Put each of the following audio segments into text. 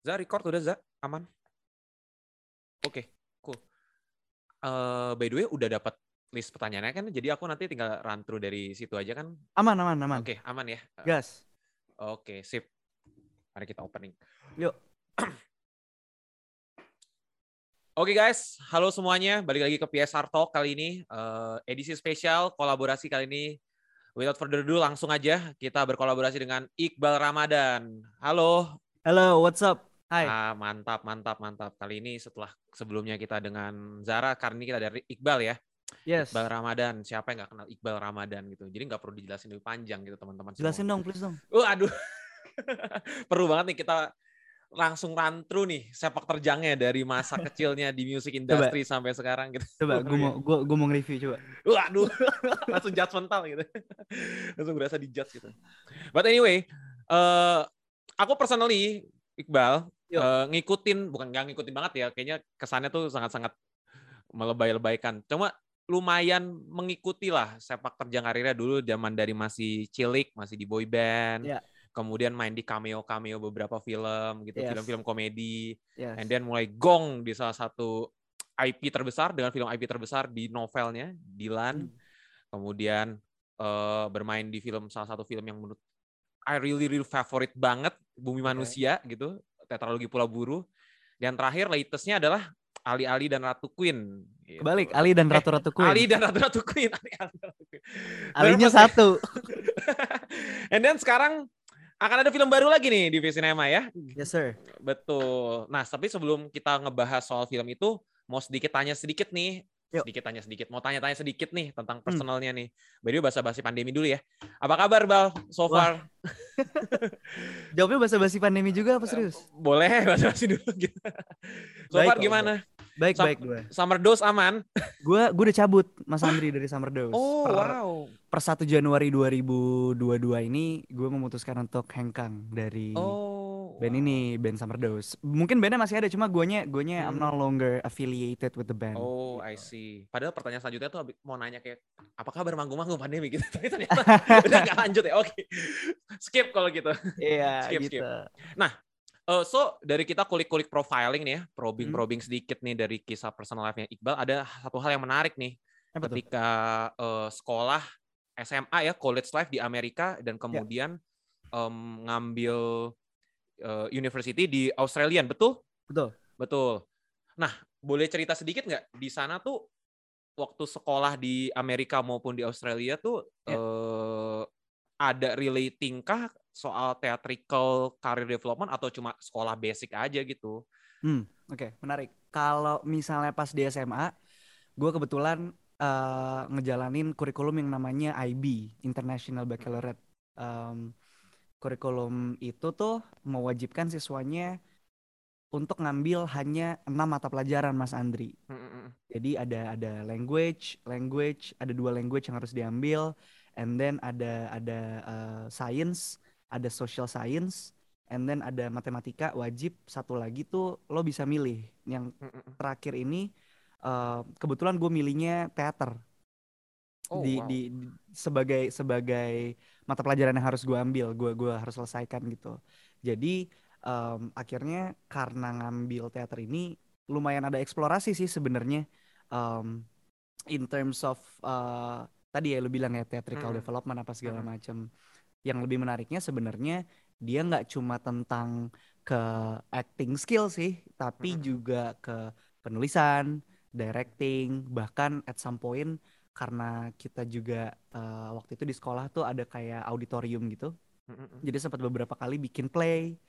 Record udah aman. Oke, cool. By the way udah dapat list pertanyaannya kan, jadi aku nanti tinggal run through dari situ aja kan. Aman. Oke, aman ya. Gas. Oke, sip. Mari kita opening. Yuk. Oke guys, halo semuanya. Balik lagi ke PSR Talk kali ini. Edisi spesial, kolaborasi kali ini. Without further ado, langsung aja kita berkolaborasi dengan Iqbal Ramadan. Halo. Halo, what's up? Hai. Mantap. Kali ini sebelumnya kita dengan Zara, karena ini kita dari Iqbal ya. Yes. Iqbal Ramadan. Siapa yang nggak kenal Iqbal Ramadan gitu. Jadi nggak perlu dijelasin lebih panjang gitu teman-teman semua. Jelasin dong, please dong. Aduh. Perlu banget nih kita langsung run through nih sepak terjangnya dari masa kecilnya di music industry sampai sekarang gitu. Coba gue mau nge-review coba. Waduh, langsung judgmental gitu. Langsung berasa di-judge gitu. But anyway, aku personally Iqbal bukan nggak ngikutin banget ya, kayaknya kesannya tuh sangat-sangat melebay-lebaykan. Cuma lumayan mengikuti lah sepak terjang karirnya dulu zaman dari masih cilik, masih di boy band. Yeah. Kemudian main di cameo beberapa film gitu, film-film komedi. And then mulai gong di salah satu IP terbesar dengan film IP terbesar di novelnya, Dilan. Kemudian bermain di salah satu film yang menurut I really favorite banget, Bumi Manusia gitu, tetralogi Pulau Buru. Dan terakhir latestnya adalah Ali dan Ratu Queen. Gitu. Kebalik, Ali dan Ratu Queen. Ali dan Ratu Queen. Alinya satu. And then sekarang akan ada film baru lagi nih di Visinema ya. Yes sir. Betul. Nah, tapi sebelum kita ngebahas soal film itu, mau tanya sedikit nih. Mau tanya-tanya sedikit nih tentang personalnya nih. By the way, basa-basi pandemi dulu ya. Apa kabar, Bal? So far? Jawabnya basa-basi pandemi juga apa serius? Boleh, basa-basi dulu gitu. So far gimana? Baik gue. Summer Dose aman? Gue udah cabut, Mas Andri, dari Summer Dose. Wow. Per 1 Januari 2022 ini gue memutuskan untuk hengkang dari band ini, band Summer Dose. Mungkin bandnya masih ada, cuma guanya I'm no longer affiliated with the band. Oh, I see. Padahal pertanyaan selanjutnya tuh mau nanya kayak apa kabar manggung-manggung pandemi gitu. Tapi ternyata udah gak lanjut ya. Oke. Skip kalau gitu. Iya, gitu. Nah, so dari kita kulik-kulik profiling nih ya, probing sedikit nih dari kisah personal life-nya Iqbal, ada satu hal yang menarik nih. Ketika sekolah SMA ya, college life di Amerika, dan kemudian ngambil university di Australian, betul? Betul. Nah, boleh cerita sedikit nggak di sana tuh waktu sekolah di Amerika maupun di Australia tuh ada relating kah soal theatrical career development atau cuma sekolah basic aja gitu? Oke, menarik. Kalau misalnya pas di SMA, gue kebetulan ngejalanin kurikulum yang namanya IB, International Baccalaureate. Kurikulum itu tuh mewajibkan siswanya untuk ngambil hanya 6 mata pelajaran, Mas Andri. Jadi ada language, ada 2 language yang harus diambil, and then ada science, ada social science, and then ada matematika wajib. Satu lagi tuh lo bisa milih. Yang terakhir ini kebetulan gue milihnya teater. Sebagai mata pelajaran yang harus gue ambil, gue harus selesaikan gitu. Jadi akhirnya karena ngambil teater ini lumayan ada eksplorasi sih sebenarnya, in terms of tadi ya lu bilang ya theatrical development apa segala macam. Yang lebih menariknya sebenarnya dia nggak cuma tentang ke acting skill sih, tapi juga ke penulisan, directing, bahkan at some point karena kita juga waktu itu di sekolah tuh ada kayak auditorium gitu. Jadi sempat beberapa kali bikin play,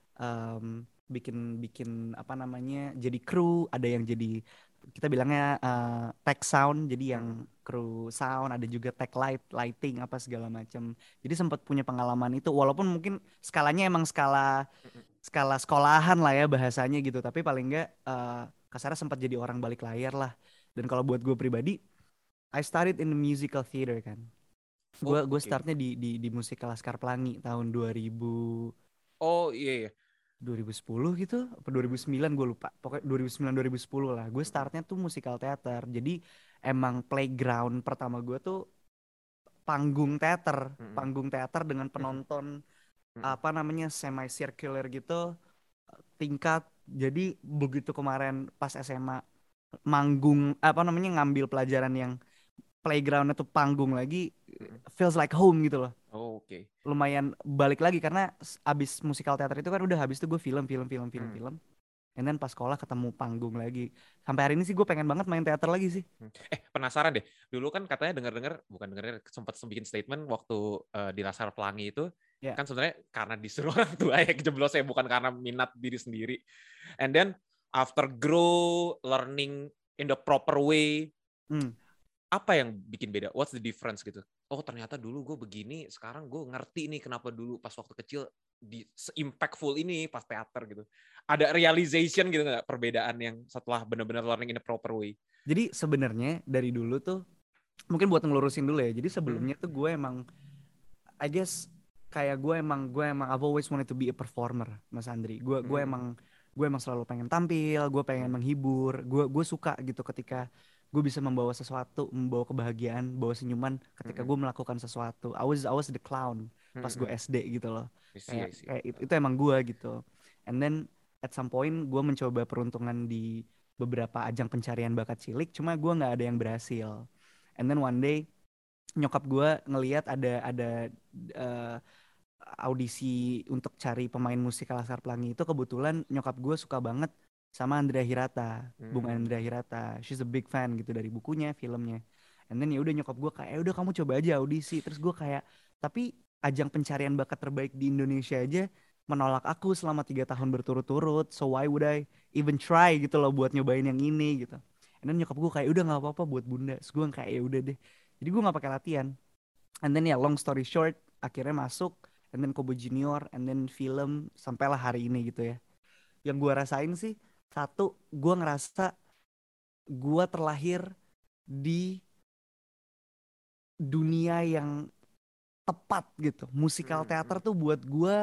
bikin apa namanya, jadi kru, ada yang jadi kita bilangnya tech sound, jadi yang kru sound, ada juga tech lighting apa segala macam. Jadi sempat punya pengalaman itu, walaupun mungkin skalanya emang skala sekolahan lah ya bahasanya gitu, tapi paling enggak kasarnya sempat jadi orang balik layar lah. Dan kalau buat gue pribadi, I started in the musical theater kan. Gue startnya di musikal Laskar Pelangi tahun 2000. Oh iya. 2010 gitu, apa 2009 gue lupa. Pokoknya 2009-2010 lah. Gue startnya tuh musikal teater. Jadi emang playground pertama gue tuh panggung teater dengan penonton apa namanya semi circular gitu, tingkat. Jadi begitu kemarin pas SMA manggung apa namanya ngambil pelajaran yang playground itu panggung lagi, Mm-mm. feels like home gitu loh. Oh, oke. Lumayan balik lagi karena abis musikal teater itu kan udah habis itu gue film film film film Hmm. film. And then pas sekolah ketemu panggung lagi. Sampai hari ini sih gue pengen banget main teater lagi sih. Penasaran deh. Dulu kan katanya dengar-dengar, bukan dengar, sempat bikin statement waktu di Laskar Pelangi itu, Ya. kan sebenarnya karena disuruh orang tua ya kejeblos ya, bukan karena minat diri sendiri. And then after grow, learning in the proper way, Hmm. apa yang bikin beda? What's the difference gitu? Oh ternyata dulu gue begini, sekarang gue ngerti nih kenapa dulu pas waktu kecil di impactful ini pas teater gitu. Ada realization gitu nggak perbedaan yang setelah benar-benar learning in a proper way? Jadi sebenarnya dari dulu tuh mungkin buat ngelurusin dulu ya. Jadi Hmm. sebelumnya tuh gue emang I guess kayak gue emang I've always wanted to be a performer, Mas Andri. Hmm. Gue emang selalu pengen tampil, gue pengen Hmm. menghibur, gue suka gitu ketika gue bisa membawa sesuatu, membawa kebahagiaan, membawa senyuman ketika Hmm. gue melakukan sesuatu. I was the clown pas gue Hmm. SD gitu loh. I see, Kayak I see. kayak itu emang gue gitu. And then at some point gue mencoba peruntungan di beberapa ajang pencarian bakat cilik, cuma gue nggak ada yang berhasil. And then one day nyokap gue ngelihat ada eh, audisi untuk cari pemain musik Laskar Pelangi itu, kebetulan nyokap gue suka banget sama Andrea Hirata, Bung Hmm. Andrea Hirata. She's a big fan gitu dari bukunya, filmnya. And then ya udah nyokap gue kayak, "Ya udah kamu coba aja audisi." Terus gue kayak, tapi ajang pencarian bakat terbaik di Indonesia aja menolak aku selama 3 tahun berturut-turut. So why would I even try gitu loh buat nyobain yang ini gitu. And then nyokap gue kayak, "Udah nggak apa-apa buat bunda." Terus gue kayak, "Ya udah deh." Jadi gue nggak pakai latihan. And then ya long story short, akhirnya masuk, and then Kobo Junior, and then film, sampailah hari ini gitu ya. Yang gue rasain sih, satu, gue ngerasa gue terlahir di dunia yang tepat gitu. Musikal teater Hmm. tuh buat gue,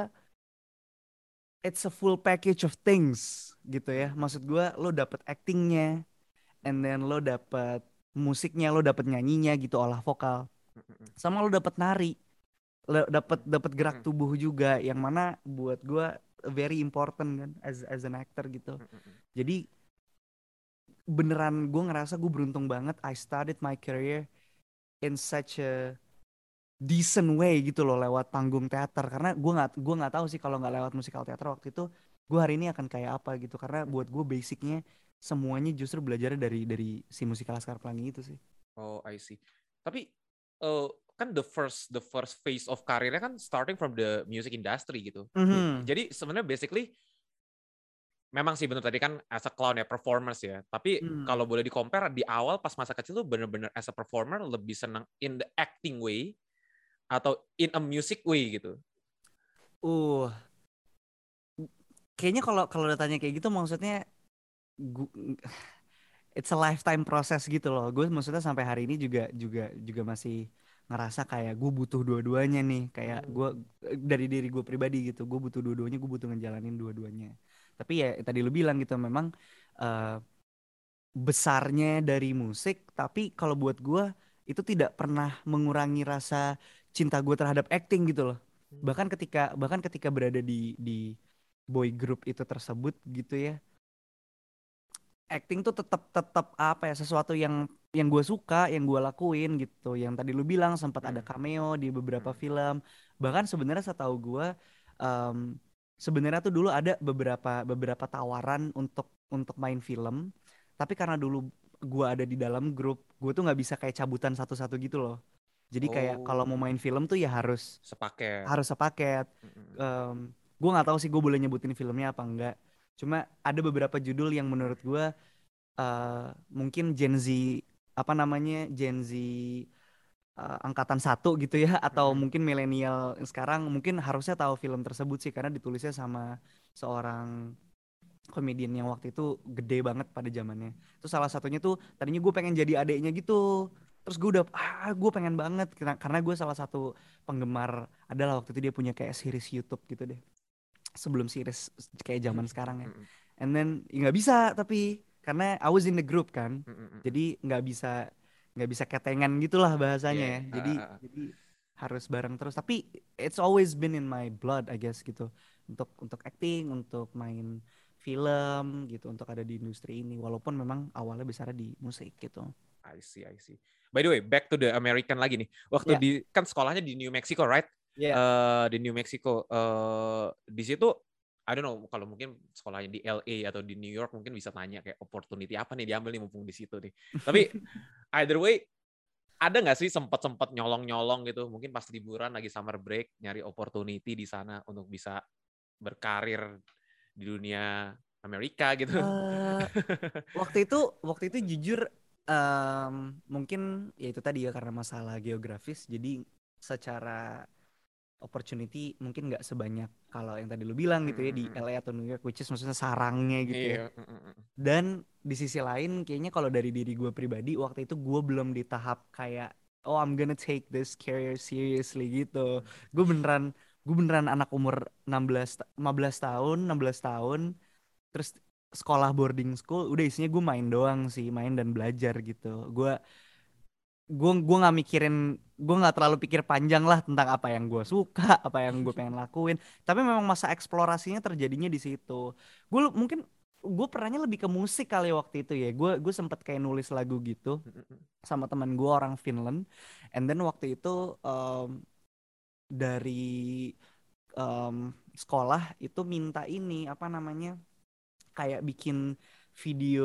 it's a full package of things gitu ya. Hmm. Maksud gue, lo dapet actingnya, and then lo dapet musiknya, lo dapet nyanyinya gitu, olah vokal. Hmm. Sama lo dapet nari, dapat dapat gerak Hmm. tubuh juga yang mana buat gue very important kan as an actor gitu. Hmm. Jadi beneran gue ngerasa gue beruntung banget I started my career in such a decent way gitu loh lewat panggung teater, karena gue nggak tahu sih kalau nggak lewat musikal teater waktu itu gue hari ini akan kayak apa gitu, karena buat gue basicnya semuanya justru belajar dari si musikal Laskar Pelangi itu sih. Oh, I see. Tapi eh, kan the first phase of karirnya kan starting from the music industry gitu. Mhm. Jadi sebenarnya basically memang sih benar tadi kan as a clown ya performers ya. Tapi Hmm. kalau boleh di compare di awal pas masa kecil tuh bener-bener as a performer lebih senang in the acting way atau in a music way gitu. uh Kayaknya kalau kalau datanya kayak gitu maksudnya gu- it's a lifetime proses gitu loh. Gue maksudnya sampai hari ini juga juga juga masih ngerasa kayak gue butuh dua-duanya nih. Kayak gue Hmm. dari diri gue pribadi gitu. Gue butuh dua-duanya, gue butuh ngejalanin dua-duanya. Tapi ya tadi lu bilang gitu memang eh, besarnya dari musik. Tapi kalau buat gue itu tidak pernah mengurangi rasa cinta gue terhadap acting gitu loh. Bahkan ketika berada di boy group itu tersebut gitu ya, acting tuh tetap tetap apa ya, sesuatu yang gue suka, yang gue lakuin gitu. Yang tadi lu bilang sempat ada Hmm. cameo di beberapa Hmm. film. Bahkan sebenarnya setahu gue em, sebenarnya tuh dulu ada beberapa beberapa tawaran untuk main film. Tapi karena dulu gue ada di dalam grup, gue tuh nggak bisa kayak cabutan satu-satu gitu loh. Jadi kayak kalau mau Oh, main film tuh ya harus sepaket. harus sepaket. Hmm. Gue nggak tahu sih gue boleh nyebutin filmnya apa enggak. Cuma ada beberapa judul yang menurut gue mungkin Gen Z, apa namanya, Gen Z angkatan satu gitu ya, atau Hmm. mungkin milenial sekarang mungkin harusnya tahu film tersebut sih karena ditulisnya sama seorang komedian yang waktu itu gede banget pada zamannya. Terus salah satunya tuh tadinya gue pengen jadi adeknya gitu. Terus gue pengen banget karena gue salah satu penggemar, adalah waktu itu dia punya kayak series YouTube gitu deh. Sebelum series kayak zaman sekarang ya. Hmm. And then ya nggak bisa, tapi karena I was in the group kan, Hmm. jadi nggak bisa ketengan gitulah bahasanya ya. Yeah. Jadi harus bareng terus. Tapi it's always been in my blood I guess gitu. Untuk acting, untuk main film gitu untuk ada di industri ini, walaupun memang awalnya besar di musik gitu. I see. By the way, back to the American lagi nih. Waktu Ya, kan sekolahnya di New Mexico, right? ya. Di New Mexico. Di situ, I don't know, kalau mungkin sekolahnya di LA atau di New York mungkin bisa tanya kayak opportunity apa nih diambil nih mumpung di situ nih. Tapi either way, ada nggak sih sempat nyolong-nyolong gitu? Mungkin pas liburan lagi summer break nyari opportunity di sana untuk bisa berkarir di dunia Amerika gitu. Eh, waktu itu jujur mungkin ya itu tadi ya karena masalah geografis, jadi secara opportunity mungkin nggak sebanyak kalau yang tadi lu bilang gitu ya di LA atau New York, which is maksudnya sarangnya gitu ya. Iya. Dan di sisi lain kayaknya kalau dari diri gue pribadi waktu itu gue belum di tahap kayak oh I'm gonna take this career seriously gitu. Gue beneran anak umur 15 tahun, 16 tahun terus sekolah boarding school udah isinya gue main doang sih, main dan belajar gitu. Gue nggak mikirin, gue nggak terlalu pikir panjang lah tentang apa yang gue suka, apa yang gue pengen lakuin, tapi memang masa eksplorasinya terjadinya di situ. Mungkin gue pernahnya lebih ke musik kali waktu itu ya, gue sempet kayak nulis lagu gitu sama teman gue orang Finland, and then waktu itu dari sekolah itu minta ini apa namanya kayak bikin video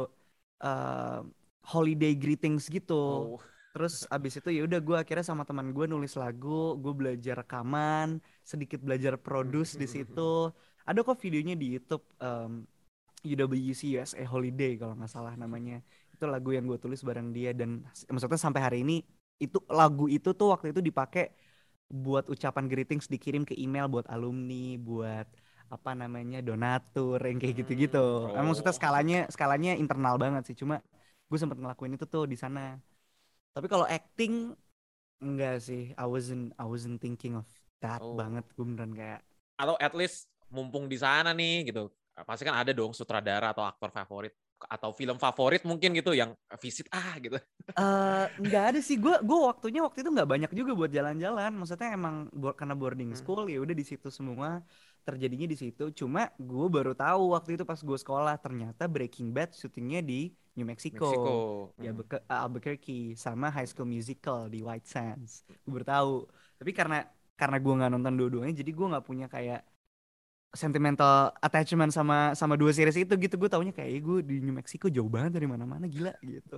uh, holiday greetings gitu. Oh. Terus abis itu ya udah gue akhirnya sama teman gue nulis lagu, gue belajar rekaman, sedikit belajar produce di situ. Ada kok videonya di YouTube UWC USA Holiday kalau nggak salah namanya. Itu lagu yang gue tulis bareng dia dan maksudnya sampai hari ini itu lagu itu tuh waktu itu dipakai buat ucapan greetings dikirim ke email buat alumni, buat apa namanya donatur yang kayak gitu-gitu. Emang maksudnya Oh. skalanya internal banget sih. Cuma gue sempet ngelakuin itu tuh di sana. Tapi kalau acting enggak sih. I wasn't thinking of that Oh. banget. Gue beneran kayak Atau at least mumpung di sana nih gitu. Pasti kan ada dong sutradara atau aktor favorit atau film favorit mungkin gitu yang visit gitu. nggak ada sih. Gue waktu itu nggak banyak juga buat jalan-jalan. Maksudnya emang karena boarding school ya udah di situ semua terjadinya di situ. Cuma gue baru tahu waktu itu pas gue sekolah ternyata Breaking Bad syutingnya di New Mexico, Meksiko. di Albuquerque, sama High School Musical di White Sands. Gue baru tahu. Tapi karena gue nggak nonton dua-duanya, jadi gue nggak punya kayak sentimental attachment sama sama dua series itu gitu. Gue taunya kayak gue di New Mexico jauh banget dari mana-mana, gila gitu.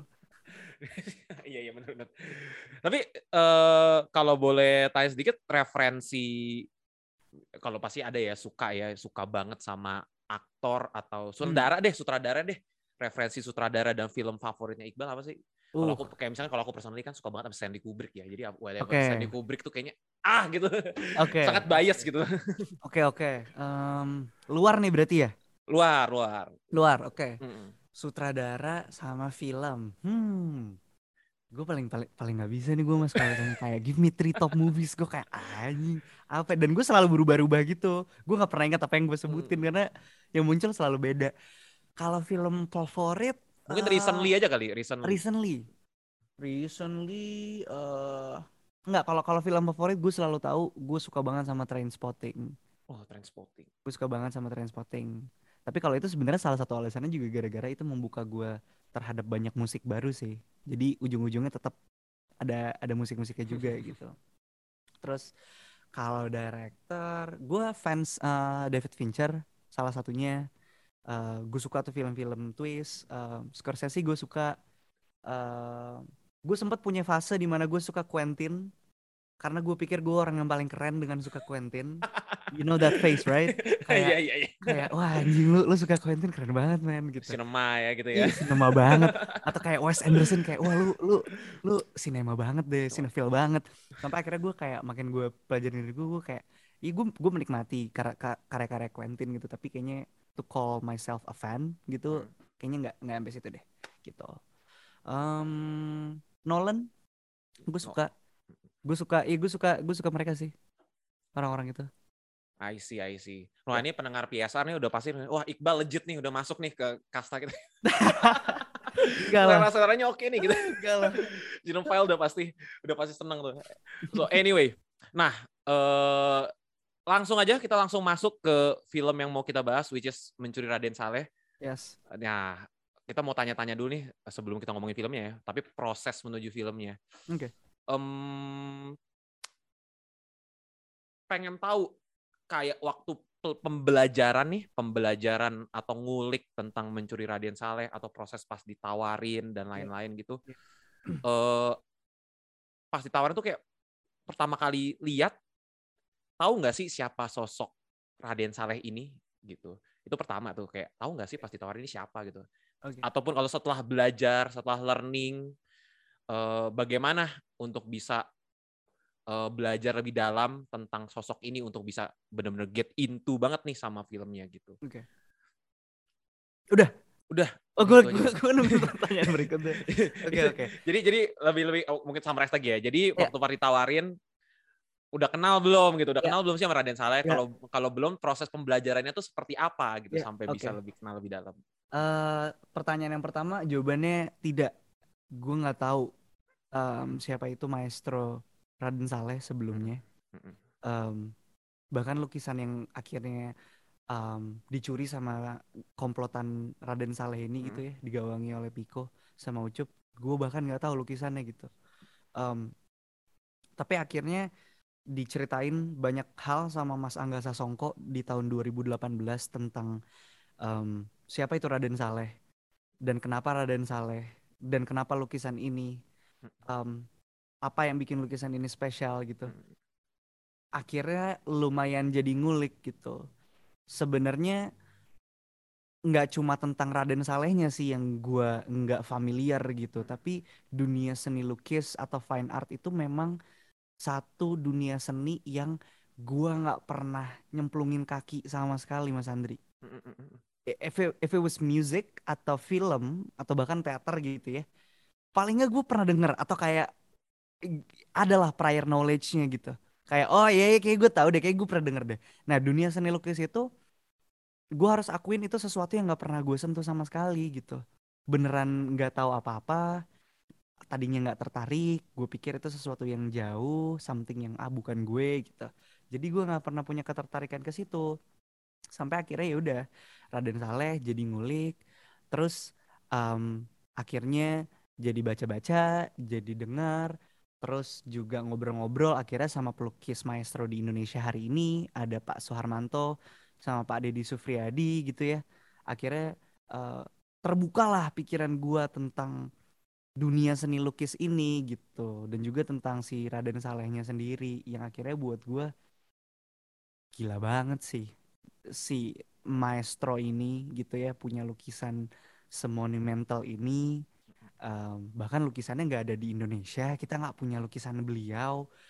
Iya benar. Tapi kalau boleh tanya sedikit referensi, kalau pasti ada ya suka banget sama aktor atau sutradara deh. Referensi sutradara dan film favoritnya Iqbal apa sih? Kalau aku kayak misalnya kalau aku personally kan suka banget sama Stanley Kubrick ya. Jadi whatever Stanley Kubrick tuh kayaknya gitu. Oke. Sangat bias gitu. Oke. Luar nih berarti ya? Luar. Oke. Sutradara sama film. Gue paling nggak bisa nih gue mas kalau kayak give me 3 top movies, gue kayak anjing apa, dan gue selalu berubah-ubah gitu. Gue nggak pernah ingat apa yang gue sebutin karena yang muncul selalu beda. Kalau film favorit Mungkin recently aja kali, recently nggak, kalau film favorit gue selalu tahu gue suka banget sama Trainspotting. Oh, Trainspotting. Gue suka banget sama Trainspotting. Tapi kalau itu sebenarnya salah satu alasannya juga gara-gara itu membuka gue terhadap banyak musik baru sih. Jadi ujung-ujungnya tetap ada musik-musiknya juga gitu. Terus kalau director, gue fans David Fincher salah satunya. Gue suka tuh film-film twist. Scorsese gue suka. Gue sempat punya fase di mana gue suka Quentin karena gue pikir gue orang yang paling keren dengan suka Quentin. You know that face, right? Kayak Iya. kayak wah anjing lu suka Quentin keren banget men gitu. Cinema ya gitu ya. Ih, sinema banget. Atau kayak Wes Anderson kayak wah lu sinema banget deh, sinetfil banget. Sampai akhirnya gue kayak makin gue pelajarin diri gue kayak gue menikmati karya-karya Quentin gitu, tapi kayaknya to call myself a fan gitu kayaknya nggak sampai situ deh gitu. Nolan gue suka. Gue suka mereka sih, orang-orang itu. I see. Wah, ini pendengar PSR nih udah pasti, wah Iqbal legit nih, udah masuk nih ke kasta kita. Enggak lah. Selera-seleranya oke nih gitu. Enggak lah. Genome File udah pasti seneng tuh. So anyway, nah langsung aja kita langsung masuk ke film yang mau kita bahas, which is Mencuri Raden Saleh. Yes. Nah, kita mau tanya-tanya dulu nih sebelum kita ngomongin filmnya ya, tapi proses menuju filmnya. Oke. Pengen tahu kayak waktu pembelajaran atau ngulik tentang Mencuri Raden Saleh atau proses pas ditawarin dan lain-lain gitu. Pas ditawarin tuh kayak pertama kali lihat, tahu nggak sih siapa sosok Raden Saleh ini gitu. Itu pertama tuh, kayak tahu nggak sih pas ditawarin ini siapa gitu. Okay. Ataupun kalau setelah belajar, setelah learning, bagaimana untuk bisa belajar lebih dalam tentang sosok ini untuk bisa benar-benar get into banget nih sama filmnya gitu. Oke. Udah. Oh, gue nunggu pertanyaan berikutnya. Oke. Jadi lebih mungkin summarize lagi ya. Jadi waktu pas ditawarin, udah kenal belum gitu? Udah kenal belum sih sama Raden Saleh? Kalau belum, proses pembelajarannya tuh seperti apa gitu sampai bisa lebih kenal lebih dalam? Pertanyaan yang pertama jawabannya tidak. Gue nggak tahu siapa itu Maestro Raden Saleh sebelumnya. Bahkan lukisan yang akhirnya dicuri sama komplotan Raden Saleh ini gitu ya, digawangi oleh Piko sama Ucup, gue bahkan nggak tahu lukisannya gitu. Tapi akhirnya diceritain banyak hal sama Mas Angga Sasongko di tahun 2018 tentang siapa itu Raden Saleh dan kenapa Raden Saleh dan kenapa lukisan ini, apa yang bikin lukisan ini spesial gitu. Akhirnya lumayan jadi ngulik gitu. Sebenarnya nggak cuma tentang Raden Salehnya sih yang gue nggak familiar gitu, tapi dunia seni lukis atau fine art itu memang satu dunia seni yang gue nggak pernah nyemplungin kaki sama sekali, Mas Andri. If it was music atau film atau bahkan teater gitu ya, paling nggak gue pernah denger atau kayak adalah prior knowledge-nya gitu. Kayak oh iya kayak gue tahu deh, kayak gue pernah denger deh. Nah dunia seni lukis itu gue harus akuin itu sesuatu yang nggak pernah gue sentuh sama sekali gitu. Beneran nggak tahu apa-apa. Tadinya nggak tertarik. Gue pikir itu sesuatu yang jauh, something yang bukan gue gitu. Jadi gue nggak pernah punya ketertarikan ke situ. Sampai akhirnya ya udah Raden Saleh jadi ngulik. Terus akhirnya jadi baca-baca, jadi dengar. Terus juga ngobrol-ngobrol akhirnya sama pelukis maestro di Indonesia hari ini ada Pak Suharmanto sama Pak Deddy Sufriyadi gitu ya. Akhirnya terbukalah pikiran gua tentang dunia seni lukis ini gitu, dan juga tentang si Raden Salehnya sendiri yang akhirnya buat gua gila banget sih si maestro ini gitu ya, punya lukisan semonumental ini. Bahkan lukisannya nggak ada di Indonesia, kita nggak punya lukisan beliau,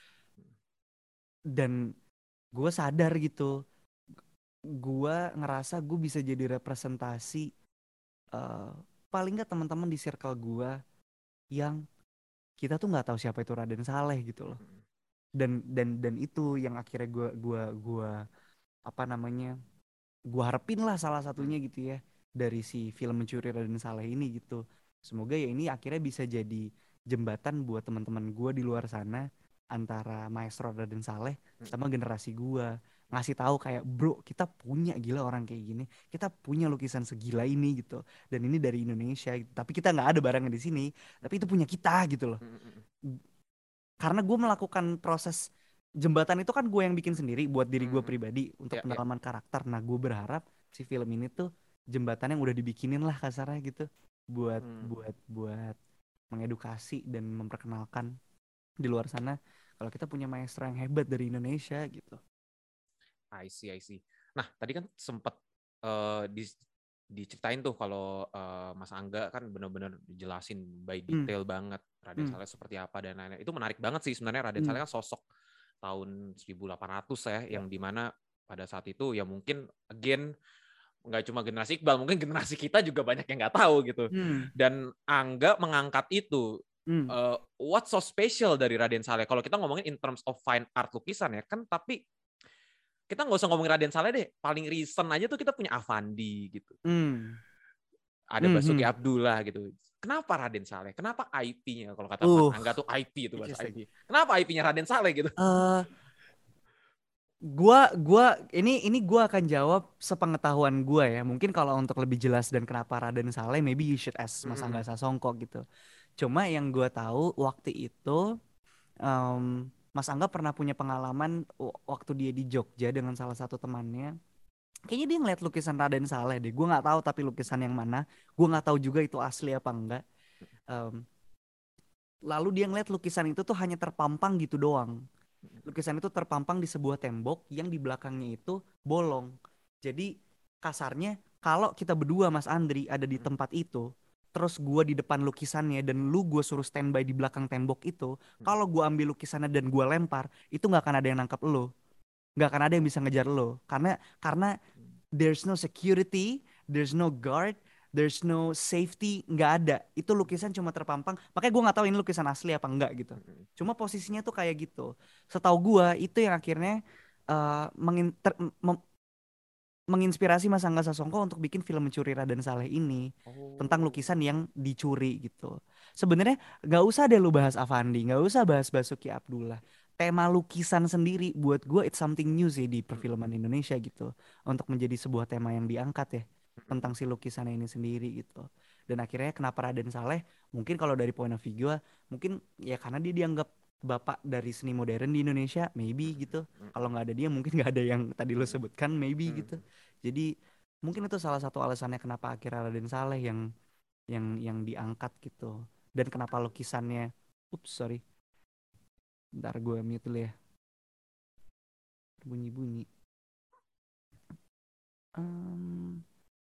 dan gue sadar gitu, gue ngerasa gue bisa jadi representasi paling nggak teman-teman di circle gue yang kita tuh nggak tahu siapa itu Raden Saleh gitu loh. Dan itu yang akhirnya gue apa namanya, gue harapin lah salah satunya gitu ya dari si film Mencuri Raden Saleh ini gitu. Semoga ya ini akhirnya bisa jadi jembatan buat teman-teman gue di luar sana antara Maestro Raden Saleh sama generasi gue, ngasih tahu kayak bro kita punya gila orang kayak gini, kita punya lukisan segila ini gitu, dan ini dari Indonesia gitu. Tapi kita nggak ada barangnya di sini, tapi itu punya kita gitu loh. Karena gue melakukan proses jembatan itu kan gue yang bikin sendiri buat diri gue pribadi untuk pendalaman karakter. Nah gue berharap si film ini tuh jembatan yang udah dibikinin lah kasarnya gitu buat mengedukasi dan memperkenalkan di luar sana kalau kita punya maestro yang hebat dari Indonesia gitu. I see. Nah tadi kan sempat diceritain tuh kalau Mas Angga kan benar-benar dijelasin by detail banget Raden Saleh seperti apa dan lain-lain. Itu menarik banget sih sebenarnya. Raden Saleh kan sosok tahun 1800 ya, yang dimana pada saat itu ya mungkin again nggak cuma generasi Iqbal, mungkin generasi kita juga banyak yang nggak tahu gitu. Dan Angga mengangkat itu. What's so special dari Raden Saleh? Kalau kita ngomongin in terms of fine art lukisan ya kan, tapi kita nggak usah ngomongin Raden Saleh deh. Paling recent aja tuh kita punya Avandi gitu. Ada Basuki Abdullah gitu. Kenapa Raden Saleh? Kenapa IP-nya? Kalau kata Mas Angga tuh IP itu bahasa IP. Kenapa IP-nya Raden Saleh gitu? Ini gua akan jawab sepengetahuan gua ya. Mungkin kalau untuk lebih jelas dan kenapa Raden Saleh, maybe you should ask Mas Angga Mm-mm. Sasongko gitu. Cuma yang gua tahu waktu itu Mas Angga pernah punya pengalaman waktu dia di Jogja dengan salah satu temannya. Kayaknya dia ngeliat lukisan Raden Saleh deh. Gua nggak tahu tapi lukisan yang mana. Gua nggak tahu juga itu asli apa enggak. Em, Lalu dia ngeliat lukisan itu tuh hanya terpampang gitu doang. Lukisan itu terpampang di sebuah tembok yang di belakangnya itu bolong. Jadi kasarnya kalau kita berdua Mas Andri ada di tempat itu, terus gua di depan lukisannya dan lu gua suruh standby di belakang tembok itu, kalau gua ambil lukisannya dan gua lempar, itu nggak akan ada yang nangkap lu, nggak akan ada yang bisa ngejar lo, karena there's no security, there's no guard, there's no safety, nggak ada. Itu lukisan cuma terpampang. Makanya gue nggak tahu ini lukisan asli apa enggak gitu. Cuma posisinya tuh kayak gitu. Setahu gue itu yang akhirnya uh, mengin- ter- mem- menginspirasi Mas Angga Sasongko untuk bikin film Mencuri Raden Saleh ini tentang Oh. lukisan yang dicuri gitu. Sebenarnya nggak usah deh lu bahas Avandi, nggak usah bahas Basuki Abdullah. Tema lukisan sendiri buat gue it's something new sih di perfilman Mm-mm. Indonesia gitu untuk menjadi sebuah tema yang diangkat ya tentang Mm-mm. si lukisan ini sendiri gitu. Dan akhirnya kenapa Raden Saleh? Mungkin kalau dari point of view gue, mungkin ya karena dia dianggap bapak dari seni modern di Indonesia, maybe gitu. Kalau Mm-mm. nggak ada dia, mungkin nggak ada yang tadi lo Mm-mm. sebutkan, maybe Mm-mm. gitu. Jadi mungkin itu salah satu alasannya kenapa akhirnya Raden Saleh yang diangkat gitu. Dan kenapa lukisannya, ups sorry, bentar gue mute dulu ya, bunyi-bunyi. Em,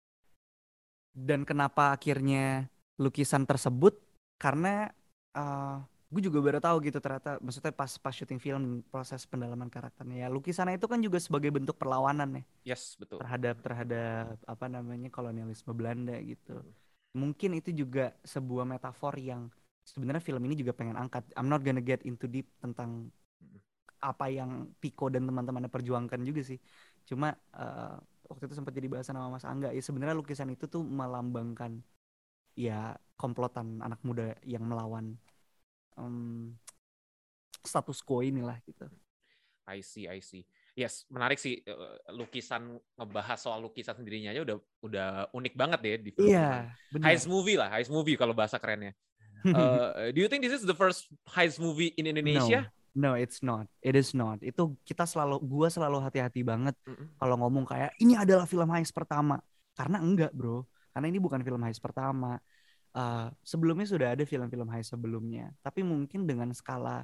dan kenapa akhirnya lukisan tersebut karena uh, gue juga baru tahu gitu ternyata maksudnya pas syuting film proses pendalaman karakternya ya lukisannya itu kan juga sebagai bentuk perlawanan ya Yes, betul. terhadap apa namanya kolonialisme Belanda gitu. Mm-mm. Mungkin itu juga sebuah metafor yang sebenarnya film ini juga pengen angkat. I'm not gonna get into deep tentang Mm-mm. apa yang Piko dan teman-temannya perjuangkan juga sih. Cuma waktu itu sempat jadi bahasan sama Mas Angga. Ya sebenarnya lukisan itu tuh melambangkan ya komplotan anak muda yang melawan em, status quo inilah gitu. I see, I see. Yes, menarik sih, lukisan ngebahas soal lukisan sendirinya aja udah unik banget ya di Iya, film-filman. benar. Heist movie lah, heist movie kalau bahasa kerennya. Do you think this is the first heist movie in No, Indonesia? no, it's not. It is not. Itu gua selalu hati-hati banget Mm-mm. kalau ngomong kayak ini adalah film heist pertama. Karena enggak, bro. Karena ini bukan film heist pertama. Sebelumnya sudah ada film-film heist sebelumnya. Tapi mungkin dengan skala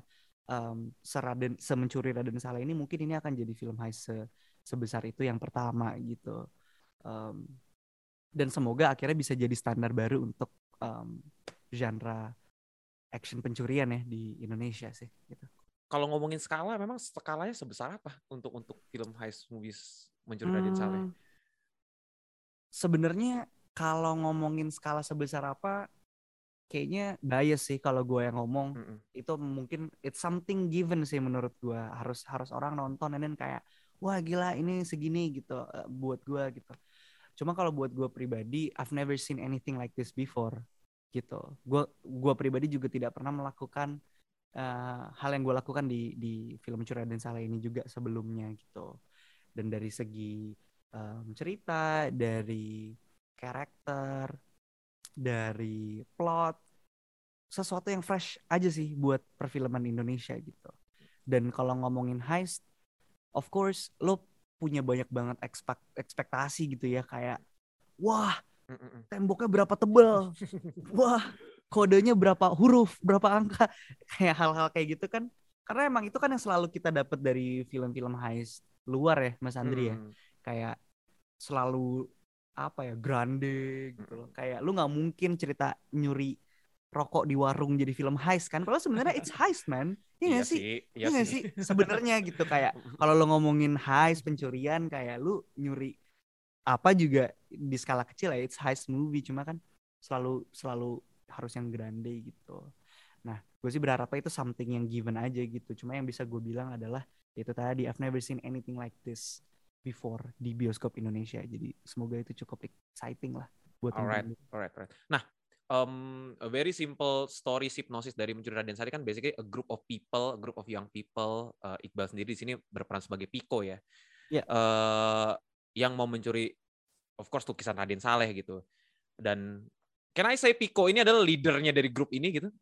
semencuri Raden Saleh ini mungkin ini akan jadi film heist sebesar itu yang pertama gitu. Um, dan semoga akhirnya bisa jadi standar baru untuk um, genre action pencurian ya di Indonesia sih gitu. Kalau ngomongin skala, memang skalanya sebesar apa untuk film heist movies Mencuri Raden Saleh? Hmm, sebenarnya kalau ngomongin skala sebesar apa, kayaknya bias sih kalau gue yang ngomong. Mm-mm. Itu mungkin it's something given sih menurut gue. Harus harus orang nonton dan kayak wah gila ini segini gitu buat gue gitu. Cuma kalau buat gue pribadi, I've never seen anything like this before gitu. Gue pribadi juga tidak pernah melakukan hal yang gue lakukan di film Curian dan Salah ini juga sebelumnya gitu. Dan dari segi cerita, dari karakter, dari plot, sesuatu yang fresh aja sih buat perfilman Indonesia gitu. Dan kalau ngomongin heist, of course lo punya banyak banget ekspektasi gitu ya kayak wah Mm-mm. temboknya berapa tebel, wah kodenya berapa huruf, berapa angka, kayak hal-hal kayak gitu kan. Karena emang itu kan yang selalu kita dapat dari film-film heist luar ya Mas Andri ya. Mm-mm. Kayak selalu apa ya grande gitu loh. Mm-mm. Kayak lu nggak mungkin cerita nyuri rokok di warung jadi film heist kan. Padahal sebenarnya it's heist man. Iya Iya gak sih? sih, iya Iya gak sih. sih? Sebenarnya gitu kayak kalau lo ngomongin heist pencurian kayak lu nyuri apa juga di skala kecil ya it's heist movie cuma kan selalu selalu harus yang grande gitu. Nah, gue sih berharapnya itu something yang given aja gitu. Cuma yang bisa gue bilang adalah itu tadi I've never seen anything like this before di bioskop Indonesia. Jadi semoga itu cukup exciting lah buat Alright, teman-teman. alright, alright. Nah, a very simple story Hipnosis dari Mencuri Raden Sari kan basically a group of people, a group of young people. Iqbal sendiri di sini berperan sebagai Piko ya. Ya. Yang mau mencuri of course lukisan Raden Saleh gitu. Dan can I say Piko ini adalah leadernya dari grup ini gitu?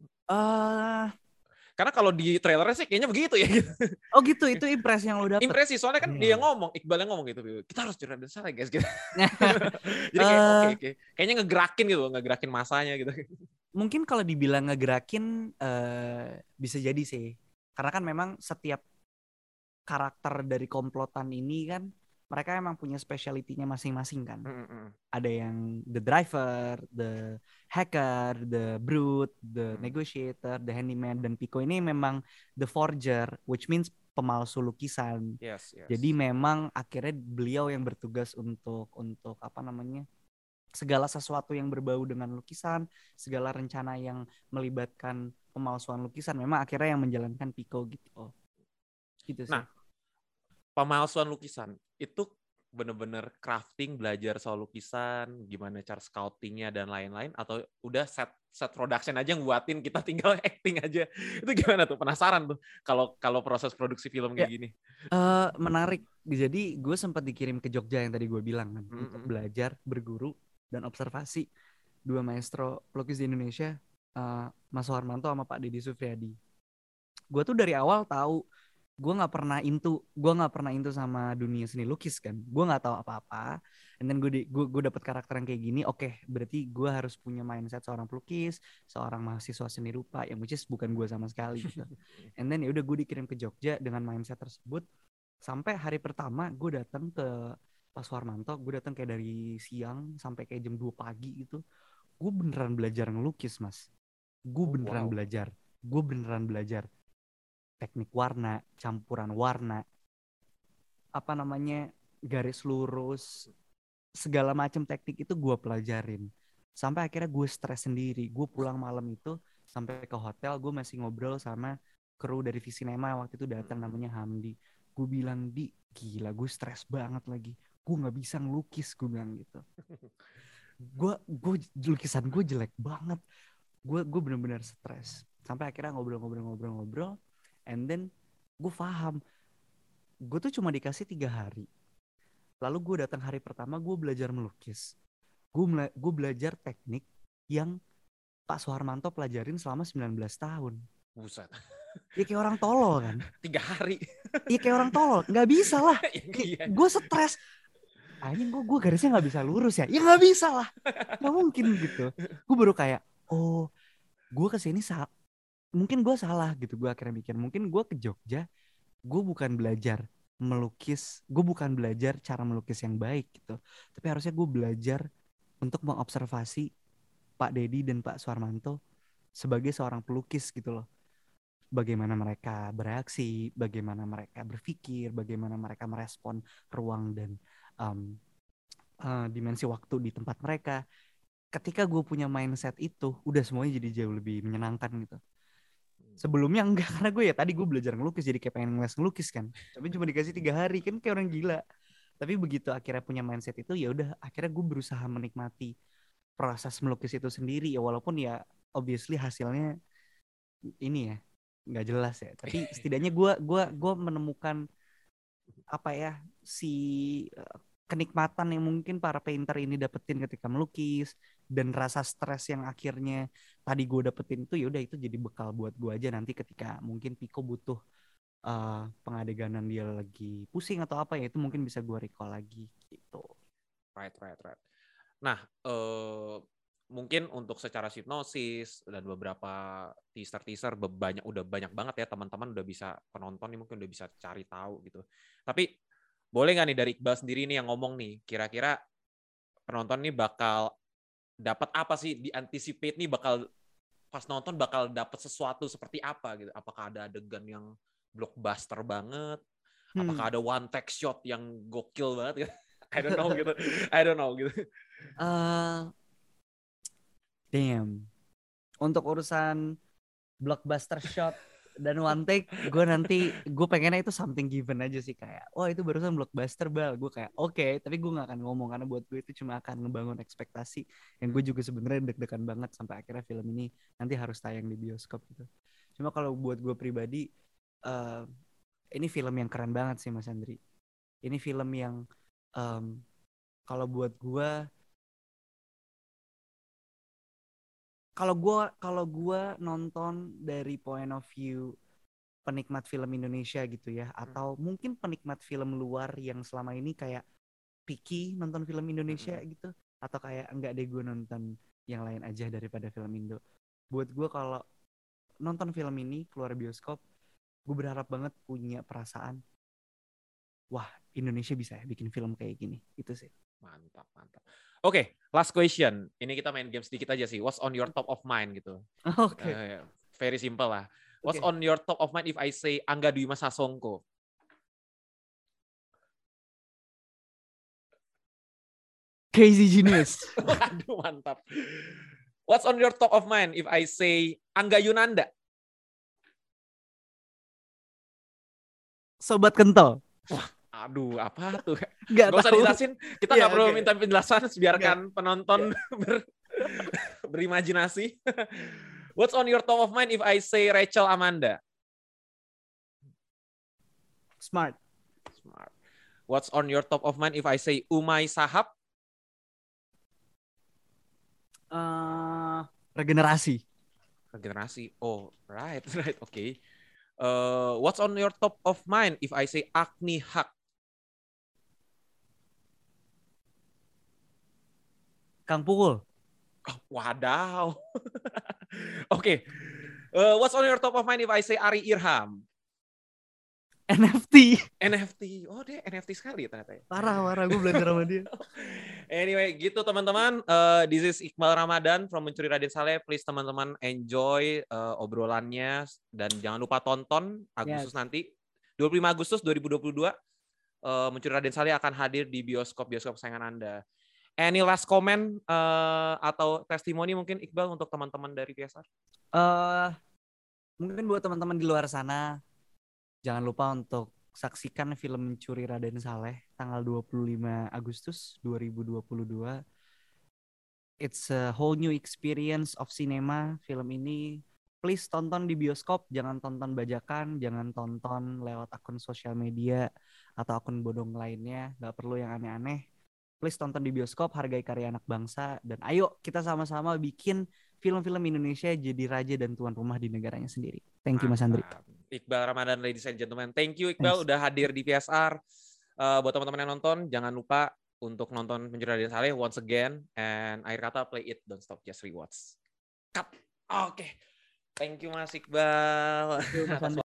Karena kalau di trailernya sih kayaknya begitu ya gitu. Oh gitu, itu impresi yang lo dapet? Impresi, soalnya kan dia ngomong, Iqbal yang ngomong gitu, kita harus curi Raden Saleh guys gitu. Jadi kayak oke. Kayaknya ngegerakin masanya gitu. Mungkin kalau dibilang ngegerakin bisa jadi sih. Karena kan memang setiap karakter dari komplotan ini kan mereka emang punya specialty-nya masing-masing kan. Ada yang the driver, the hacker, the brute, the negotiator, the handyman, dan Piko ini memang the forger, which means pemalsu lukisan. Yes. Jadi memang akhirnya beliau yang bertugas untuk apa namanya, segala sesuatu yang berbau dengan lukisan, segala rencana yang melibatkan pemalsuan lukisan, memang akhirnya yang menjalankan Piko gitu. Gitu sih. Nah, pemalsuan lukisan itu bener-bener crafting, belajar soal lukisan, gimana cara scoutingnya dan lain-lain, atau udah set production aja buatin, kita tinggal acting aja. Itu gimana tuh? Penasaran tuh kalau proses produksi film kayak gini. Menarik. Jadi gue sempat dikirim ke Jogja yang tadi gue bilang kan, untuk belajar, berguru, dan observasi dua maestro pelukis di Indonesia, Mas Suharmanto sama Pak Deddy Sufriyadi. Gue tuh dari awal tahu gue nggak pernah into sama dunia seni lukis kan. Gue nggak tahu apa-apa. And then gue dapet karakter yang kayak gini. Oke, berarti gue harus punya mindset seorang pelukis, seorang mahasiswa seni rupa, yang which is bukan gue sama sekali gitu. And then ya udah gue dikirim ke Jogja dengan mindset tersebut. Sampai hari pertama gue datang ke Pak Suharmanto, gue datang kayak dari siang sampai kayak jam 2 pagi gitu. Gue beneran belajar ngelukis, Mas. Gue beneran belajar teknik warna, campuran warna, apa namanya, garis lurus, segala macam teknik itu gue pelajarin. Sampai akhirnya gue stres sendiri. Gue pulang malam itu sampai ke hotel, gue masih ngobrol sama kru dari Visinema waktu itu datang, namanya Hamdi. Gue bilang, Di, gila gue stres banget lagi. Gue nggak bisa ngelukis, gue bilang gitu. Gue lukisan gue jelek banget. Gue benar-benar stres. Sampai akhirnya ngobrol, and then gue paham. Gue tuh cuma dikasih 3 hari. Lalu gue datang hari pertama, gue belajar melukis. Gue belajar teknik yang Pak Suharmanto pelajarin selama 19 tahun. Buset. Ya kayak orang tolol kan. 3 hari. Iya kayak orang tolol. Gak bisa lah. Iya. Gue stres. Anjing gue garisnya gak bisa lurus ya. Ya gak bisa lah. Gak mungkin gitu. Gue baru kayak, oh gue kesini mungkin gue salah gitu. Gue akhirnya mikir, mungkin gue ke Jogja, gue bukan belajar melukis, gue bukan belajar cara melukis yang baik gitu. Tapi harusnya gue belajar untuk mengobservasi Pak Deddy dan Pak Suharmanto sebagai seorang pelukis gitu loh. Bagaimana mereka bereaksi, bagaimana mereka berpikir, bagaimana mereka merespon ruang dan dimensi waktu di tempat mereka. Ketika gue punya mindset itu, udah semuanya jadi jauh lebih menyenangkan gitu. Sebelumnya enggak, karena gue ya tadi gue belajar ngelukis, jadi kayak pengen ngeles ngelukis kan. Tapi cuma dikasih 3 hari, kan kayak orang gila. Tapi begitu akhirnya punya mindset itu, ya udah akhirnya gue berusaha menikmati proses melukis itu sendiri ya, walaupun ya obviously hasilnya ini ya nggak jelas ya. Tapi setidaknya gue menemukan apa ya, kenikmatan yang mungkin para painter ini dapetin ketika melukis, dan rasa stres yang akhirnya tadi gue dapetin itu, ya udah itu jadi bekal buat gue aja nanti ketika mungkin Piko butuh pengadeganan dia lagi pusing atau apa ya, itu mungkin bisa gue recall lagi gitu. Right. Nah, mungkin untuk secara Hipnosis dan beberapa teaser udah banyak banget ya teman-teman, udah bisa, penonton nih mungkin udah bisa cari tahu gitu. Tapi boleh nggak nih dari Iqbal sendiri nih yang ngomong nih, kira-kira penonton nih bakal dapat apa sih, di-anticipate nih bakal pas nonton bakal dapat sesuatu seperti apa gitu? Apakah ada adegan yang blockbuster banget? Apakah ada one take shot yang gokil banget gitu? I don't know gitu. Damn. Untuk urusan blockbuster shot Dan one take gue pengennya itu something given aja sih, kayak itu barusan blockbuster bal, gue kayak oke, tapi gue nggak akan ngomong karena buat gue itu cuma akan ngebangun ekspektasi yang gue juga sebenarnya deg-degan banget sampai akhirnya film ini nanti harus tayang di bioskop gitu. Cuma kalau buat gue pribadi, eh, ini film yang keren banget sih Mas Andri. Ini film yang em, kalau buat gue, kalau gue nonton dari point of view penikmat film Indonesia gitu ya, atau mungkin penikmat film luar yang selama ini kayak picky nonton film Indonesia gitu, atau kayak enggak deh gue nonton yang lain aja daripada film Indo. Buat gue kalau nonton film ini keluar bioskop, gue berharap banget punya perasaan, wah Indonesia bisa ya bikin film kayak gini, itu sih. Mantap, mantap. Oke, last question. Ini kita main game sedikit aja sih. What's on your top of mind gitu. Oke. Very simple lah. What's Oke. on your top of mind if I say Angga Dwi Mas Sasongko? Crazy Genius. Aduh, mantap. What's on your top of mind if I say Angga Yunanda? Sobat Kental. Aduh, apa tuh? Gak usah tahu. dijelasin. Kita Iya, nggak perlu oke. minta penjelasan. Biarkan Nggak. penonton berimajinasi. What's on your top of mind if I say Rachel Amanda? Smart. Smart. What's on your top of mind if I say Umay Sahab? Regenerasi. Regenerasi. Oh, right. Okay. What's on your top of mind if I say Agni Hak? Kang Pukul. Oh, wadaw. Oke. What's on your top of mind if I say Ari Irham? NFT. NFT. Oh, dia NFT sekali ternyata. Parah, gue belajar sama dia. Anyway, gitu teman-teman. This is Iqbal Ramadan from Mencuri Raden Saleh. Please teman-teman enjoy obrolannya dan jangan lupa tonton Agustus nanti. 25 Agustus 2022 Mencuri Raden Saleh akan hadir di bioskop kesayangan Anda. Any last comment atau testimoni mungkin Iqbal untuk teman-teman dari PSR? Mungkin buat teman-teman di luar sana, jangan lupa untuk saksikan film Mencuri Raden Saleh tanggal 25 Agustus 2022. It's a whole new experience of cinema. Film ini please tonton di bioskop, jangan tonton bajakan, jangan tonton lewat akun sosial media atau akun bodong lainnya, gak perlu yang aneh-aneh. Please tonton di bioskop, hargai karya anak bangsa, dan ayo kita sama-sama bikin film-film Indonesia jadi raja dan tuan rumah di negaranya sendiri. Thank you Mas Andri. Iqbal Ramadan, ladies and gentlemen. Thank you Iqbal udah hadir di PSR. Buat teman-teman yang nonton, jangan lupa untuk nonton Mencuri Raden Saleh once again. And akhir kata, play it, don't stop, just rewatch. Cut. Oke. Thank you Mas Iqbal. Thank you, Mas Andri.